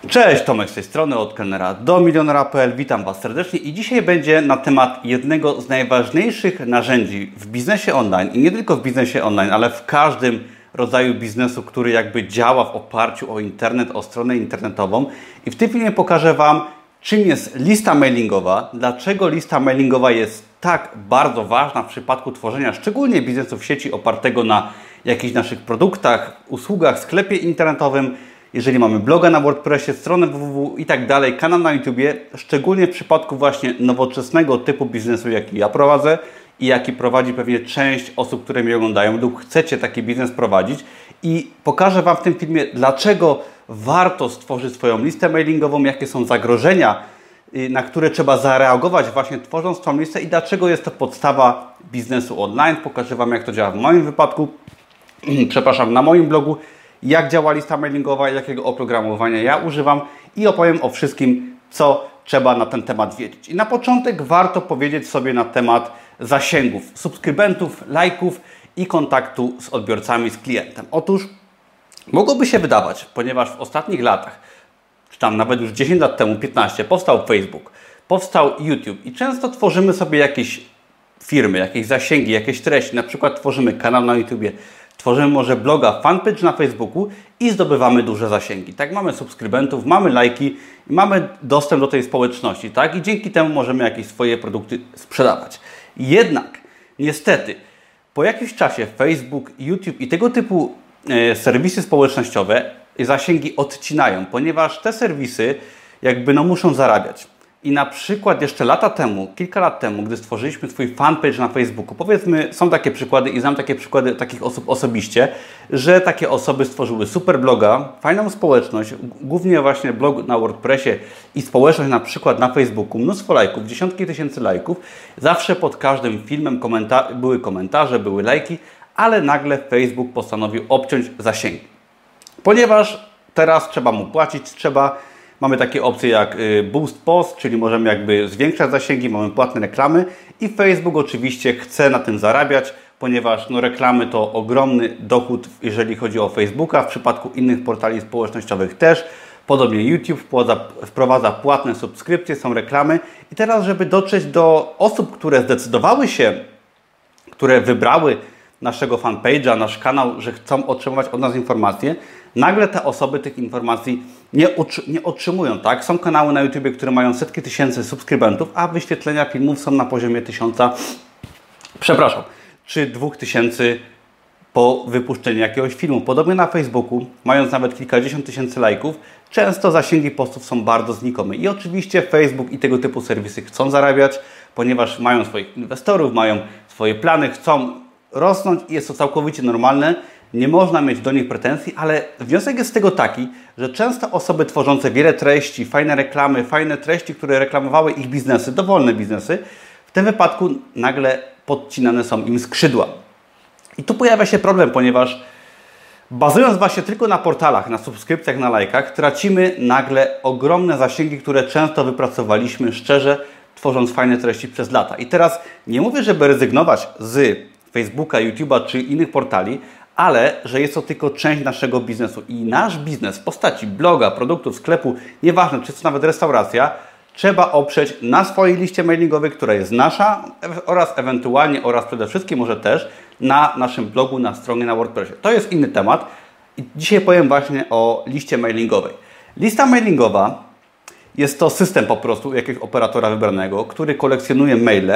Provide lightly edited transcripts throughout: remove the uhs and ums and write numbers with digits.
Cześć, Tomek z tej strony, od kelnera do milionera.pl. Witam Was serdecznie i dzisiaj będzie na temat jednego z najważniejszych narzędzi w biznesie online i nie tylko w biznesie online, ale w każdym rodzaju biznesu, który jakby działa w oparciu o internet, o stronę internetową. I w tym filmie pokażę Wam, czym jest lista mailingowa, dlaczego lista mailingowa jest tak bardzo ważna w przypadku tworzenia szczególnie biznesu w sieci opartego na jakichś naszych produktach, usługach, sklepie internetowym. Jeżeli mamy bloga na WordPressie, stronę www i tak dalej, kanał na YouTubie, szczególnie w przypadku właśnie nowoczesnego typu biznesu, jaki ja prowadzę i jaki prowadzi pewnie część osób, które mnie oglądają lub chcecie taki biznes prowadzić. I pokażę Wam w tym filmie, dlaczego warto stworzyć swoją listę mailingową, jakie są zagrożenia, na które trzeba zareagować właśnie tworząc tą listę i dlaczego jest to podstawa biznesu online. Pokażę Wam, jak to działa w moim wypadku, na moim blogu, jak działa lista mailingowa, jakiego oprogramowania ja używam i opowiem o wszystkim, co trzeba na ten temat wiedzieć. I na początek warto powiedzieć sobie na temat zasięgów, subskrybentów, lajków i kontaktu z odbiorcami, z klientem. Otóż mogłoby się wydawać, ponieważ w ostatnich latach, czy tam nawet już 10 lat temu, 15, powstał Facebook, powstał YouTube i często tworzymy sobie jakieś firmy, jakieś zasięgi, jakieś treści, na przykład tworzymy kanał na YouTubie, tworzymy może bloga, fanpage na Facebooku i zdobywamy duże zasięgi. Tak, mamy subskrybentów, mamy lajki i mamy dostęp do tej społeczności, tak? I dzięki temu możemy jakieś swoje produkty sprzedawać. Jednak, niestety, po jakimś czasie Facebook, YouTube i tego typu serwisy społecznościowe zasięgi odcinają, ponieważ te serwisy jakby muszą zarabiać. I na przykład jeszcze lata temu, kilka lat temu, gdy stworzyliśmy swój fanpage na Facebooku, powiedzmy, są takie przykłady i znam takie przykłady takich osób osobiście, że takie osoby stworzyły super bloga, fajną społeczność, głównie właśnie blog na WordPressie i społeczność na przykład na Facebooku, mnóstwo lajków, dziesiątki tysięcy lajków, zawsze pod każdym filmem były komentarze, były lajki, ale nagle Facebook postanowił obciąć zasięgi. Ponieważ teraz trzeba mu płacić, mamy takie opcje jak Boost Post, czyli możemy jakby zwiększać zasięgi, mamy płatne reklamy i Facebook oczywiście chce na tym zarabiać, ponieważ reklamy to ogromny dochód, jeżeli chodzi o Facebooka, w przypadku innych portali społecznościowych też. Podobnie YouTube wprowadza płatne subskrypcje, są reklamy i teraz, żeby dotrzeć do osób, które zdecydowały się, które wybrały naszego fanpage'a, nasz kanał, że chcą otrzymywać od nas informacje, nagle te osoby tych informacji nie otrzymują, tak? Są kanały na YouTube, które mają setki tysięcy subskrybentów, a wyświetlenia filmów są na poziomie 1000, czy 2000 po wypuszczeniu jakiegoś filmu. Podobnie na Facebooku, mając nawet kilkadziesiąt tysięcy lajków, często zasięgi postów są bardzo znikome. I oczywiście Facebook i tego typu serwisy chcą zarabiać, ponieważ mają swoich inwestorów, mają swoje plany, chcą rosnąć i jest to całkowicie normalne. Nie można mieć do nich pretensji, ale wniosek jest z tego taki, że często osoby tworzące wiele treści, fajne reklamy, fajne treści, które reklamowały ich biznesy, dowolne biznesy, w tym wypadku nagle podcinane są im skrzydła. I tu pojawia się problem, ponieważ bazując właśnie tylko na portalach, na subskrypcjach, na lajkach, tracimy nagle ogromne zasięgi, które często wypracowaliśmy szczerze, tworząc fajne treści przez lata. I teraz nie mówię, żeby rezygnować z Facebooka, YouTube'a czy innych portali, ale że jest to tylko część naszego biznesu i nasz biznes w postaci bloga, produktów, sklepu, nieważne, czy to nawet restauracja, trzeba oprzeć na swojej liście mailingowej, która jest nasza oraz przede wszystkim może też na naszym blogu, na stronie na WordPressie. To jest inny temat i dzisiaj powiem właśnie o liście mailingowej. Lista mailingowa jest to system po prostu jakiegoś operatora wybranego, który kolekcjonuje maile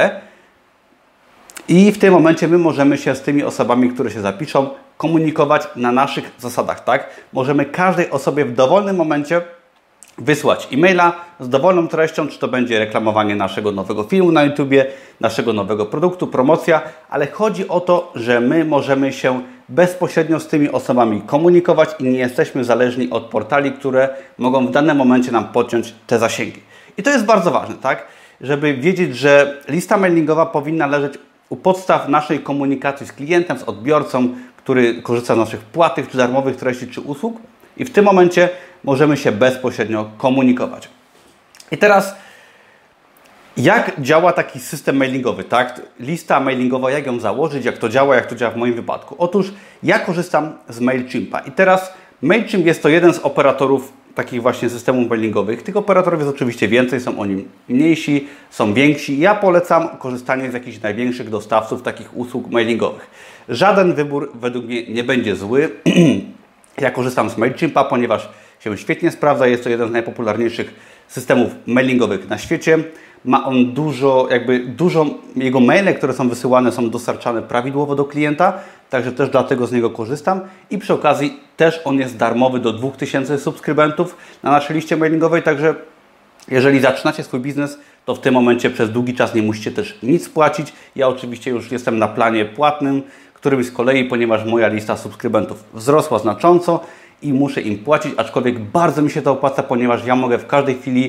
i w tym momencie my możemy się z tymi osobami, które się zapiszą, komunikować na naszych zasadach, tak? Możemy każdej osobie w dowolnym momencie wysłać e-maila z dowolną treścią, czy to będzie reklamowanie naszego nowego filmu na YouTubie, naszego nowego produktu, promocja, ale chodzi o to, że my możemy się bezpośrednio z tymi osobami komunikować i nie jesteśmy zależni od portali, które mogą w danym momencie nam podciąć te zasięgi. I to jest bardzo ważne, tak? Żeby wiedzieć, że lista mailingowa powinna leżeć u podstaw naszej komunikacji z klientem, z odbiorcą, który korzysta z naszych płatnych czy darmowych treści czy usług i w tym momencie możemy się bezpośrednio komunikować. I teraz jak działa taki system mailingowy, tak? Lista mailingowa, jak ją założyć, jak to działa w moim wypadku. Otóż ja korzystam z MailChimpa i teraz MailChimp jest to jeden z operatorów takich właśnie systemów mailingowych. Tych operatorów jest oczywiście więcej, są oni mniejsi, są więksi. Ja polecam korzystanie z jakichś największych dostawców takich usług mailingowych. Żaden wybór według mnie nie będzie zły. Ja korzystam z MailChimpa, ponieważ się świetnie sprawdza. Jest to jeden z najpopularniejszych systemów mailingowych na świecie. Ma on dużo, jego maile, które są wysyłane, są dostarczane prawidłowo do klienta, także też dlatego z niego korzystam. I przy okazji też on jest darmowy do 2000 subskrybentów na naszej liście mailingowej, także jeżeli zaczynacie swój biznes, to w tym momencie przez długi czas nie musicie też nic płacić. Ja oczywiście już jestem na planie płatnym, którym z kolei, ponieważ moja lista subskrybentów wzrosła znacząco i muszę im płacić, aczkolwiek bardzo mi się to opłaca, ponieważ ja mogę w każdej chwili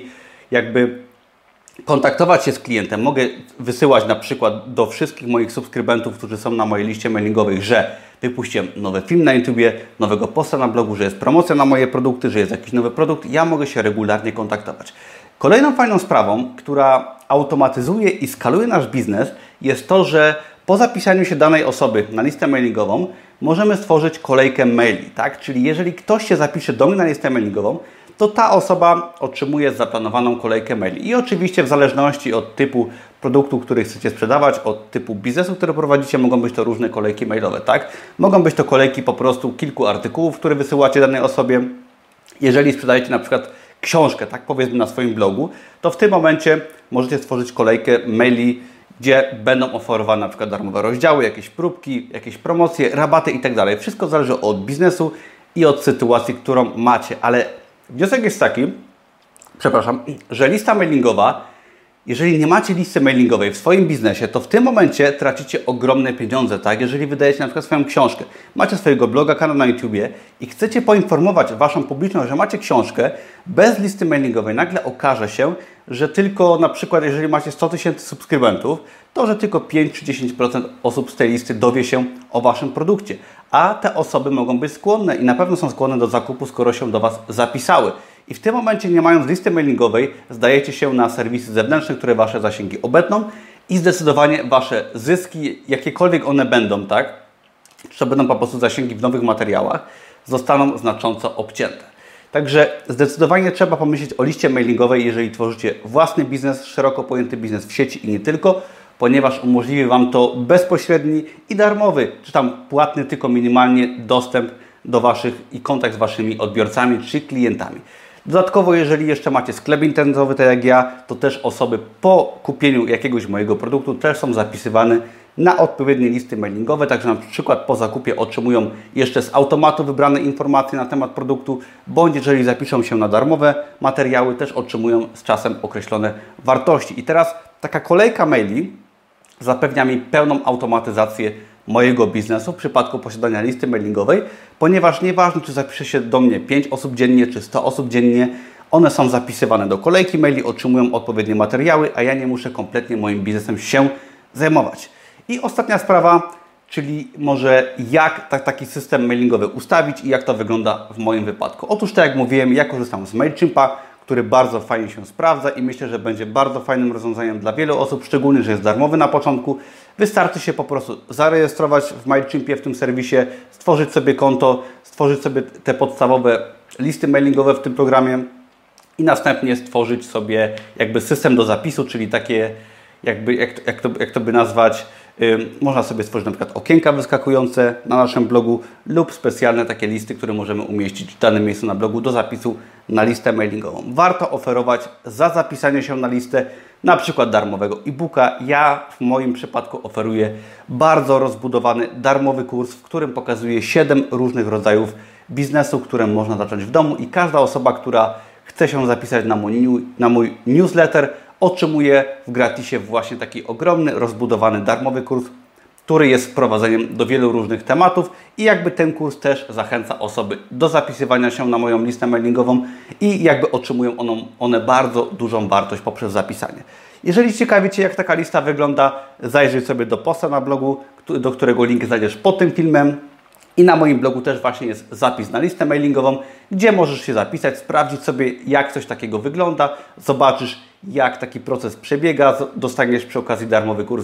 kontaktować się z klientem. Mogę wysyłać na przykład do wszystkich moich subskrybentów, którzy są na mojej liście mailingowej, że wypuściłem nowy film na YouTubie, nowego posta na blogu, że jest promocja na moje produkty, że jest jakiś nowy produkt. Ja mogę się regularnie kontaktować. Kolejną fajną sprawą, która automatyzuje i skaluje nasz biznes, jest to, że po zapisaniu się danej osoby na listę mailingową możemy stworzyć kolejkę maili, tak? Czyli jeżeli ktoś się zapisze do mnie na listę mailingową, to ta osoba otrzymuje zaplanowaną kolejkę maili. I oczywiście w zależności od typu produktu, który chcecie sprzedawać, od typu biznesu, który prowadzicie, mogą być to różne kolejki mailowe, tak? Mogą być to kolejki po prostu kilku artykułów, które wysyłacie danej osobie. Jeżeli sprzedajecie na przykład książkę, tak powiedzmy na swoim blogu, to w tym momencie możecie stworzyć kolejkę maili, gdzie będą oferowane na przykład darmowe rozdziały, jakieś próbki, jakieś promocje, rabaty itd. Wszystko zależy od biznesu i od sytuacji, którą macie, ale wniosek jest taki, że lista mailingowa, jeżeli nie macie listy mailingowej w swoim biznesie, to w tym momencie tracicie ogromne pieniądze, tak? Jeżeli wydajecie na przykład swoją książkę, macie swojego bloga, kanał na YouTubie i chcecie poinformować Waszą publiczność, że macie książkę bez listy mailingowej, nagle okaże się, że tylko na przykład, jeżeli macie 100 000 subskrybentów, to że tylko 5 czy 10% osób z tej listy dowie się o Waszym produkcie. A te osoby mogą być skłonne i na pewno są skłonne do zakupu, skoro się do Was zapisały. I w tym momencie, nie mając listy mailingowej, zdajecie się na serwisy zewnętrzne, które Wasze zasięgi obetną i zdecydowanie Wasze zyski, jakiekolwiek one będą, tak? Czy to będą po prostu zasięgi w nowych materiałach, zostaną znacząco obcięte. Także zdecydowanie trzeba pomyśleć o liście mailingowej, jeżeli tworzycie własny biznes, szeroko pojęty biznes w sieci i nie tylko, ponieważ umożliwi Wam to bezpośredni i darmowy, czy tam płatny tylko minimalnie dostęp do Waszych i kontakt z Waszymi odbiorcami czy klientami. Dodatkowo, jeżeli jeszcze macie sklep internetowy, tak jak ja, to też osoby po kupieniu jakiegoś mojego produktu też są zapisywane na odpowiednie listy mailingowe, także na przykład po zakupie otrzymują jeszcze z automatu wybrane informacje na temat produktu, bądź jeżeli zapiszą się na darmowe materiały, też otrzymują z czasem określone wartości. I teraz taka kolejka maili zapewnia mi pełną automatyzację mojego biznesu w przypadku posiadania listy mailingowej, ponieważ nieważne, czy zapisze się do mnie 5 osób dziennie, czy 100 osób dziennie, one są zapisywane do kolejki maili, otrzymują odpowiednie materiały, a ja nie muszę kompletnie moim biznesem się zajmować. I ostatnia sprawa, czyli może jak taki system mailingowy ustawić i jak to wygląda w moim wypadku. Otóż tak jak mówiłem, ja korzystam z MailChimpa, który bardzo fajnie się sprawdza i myślę, że będzie bardzo fajnym rozwiązaniem dla wielu osób, szczególnie, że jest darmowy na początku. Wystarczy się po prostu zarejestrować w MailChimpie, w tym serwisie, stworzyć sobie konto, stworzyć sobie te podstawowe listy mailingowe w tym programie i następnie stworzyć sobie jakby system do zapisu, czyli takie jak to by nazwać, można sobie stworzyć na przykład okienka wyskakujące na naszym blogu lub specjalne takie listy, które możemy umieścić w danym miejscu na blogu do zapisu na listę mailingową. Warto oferować za zapisanie się na listę na przykład darmowego e-booka. Ja w moim przypadku oferuję bardzo rozbudowany darmowy kurs, w którym pokazuję 7 różnych rodzajów biznesu, które można zacząć w domu i każda osoba, która chce się zapisać na mój newsletter, otrzymuje w gratisie właśnie taki ogromny, rozbudowany, darmowy kurs, który jest wprowadzeniem do wielu różnych tematów i jakby ten kurs też zachęca osoby do zapisywania się na moją listę mailingową i jakby otrzymują one bardzo dużą wartość poprzez zapisanie. Jeżeli ciekawicie, jak taka lista wygląda, zajrzyj sobie do posta na blogu, do którego link znajdziesz pod tym filmem. I na moim blogu też właśnie jest zapis na listę mailingową, gdzie możesz się zapisać, sprawdzić sobie, jak coś takiego wygląda, zobaczysz, jak taki proces przebiega, dostaniesz przy okazji darmowy kurs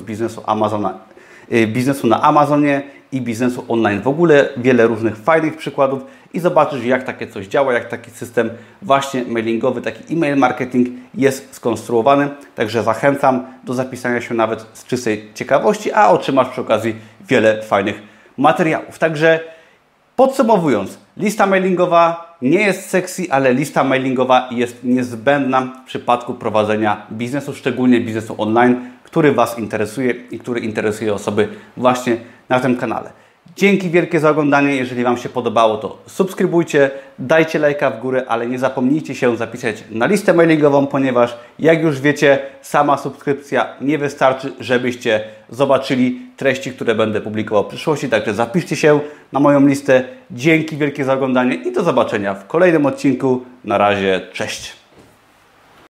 biznesu na Amazonie i biznesu online. W ogóle wiele różnych fajnych przykładów i zobaczysz, jak takie coś działa, jak taki system właśnie mailingowy, taki e-mail marketing jest skonstruowany. Także zachęcam do zapisania się nawet z czystej ciekawości, a otrzymasz przy okazji wiele fajnych materiałów. Także podsumowując, lista mailingowa nie jest sexy, ale lista mailingowa jest niezbędna w przypadku prowadzenia biznesu, szczególnie biznesu online, który Was interesuje i który interesuje osoby właśnie na tym kanale. Dzięki wielkie za oglądanie. Jeżeli Wam się podobało, to subskrybujcie, dajcie lajka w górę, ale nie zapomnijcie się zapisać na listę mailingową, ponieważ jak już wiecie, sama subskrypcja nie wystarczy, żebyście zobaczyli treści, które będę publikował w przyszłości. Także zapiszcie się na moją listę. Dzięki wielkie za oglądanie i do zobaczenia w kolejnym odcinku. Na razie, cześć!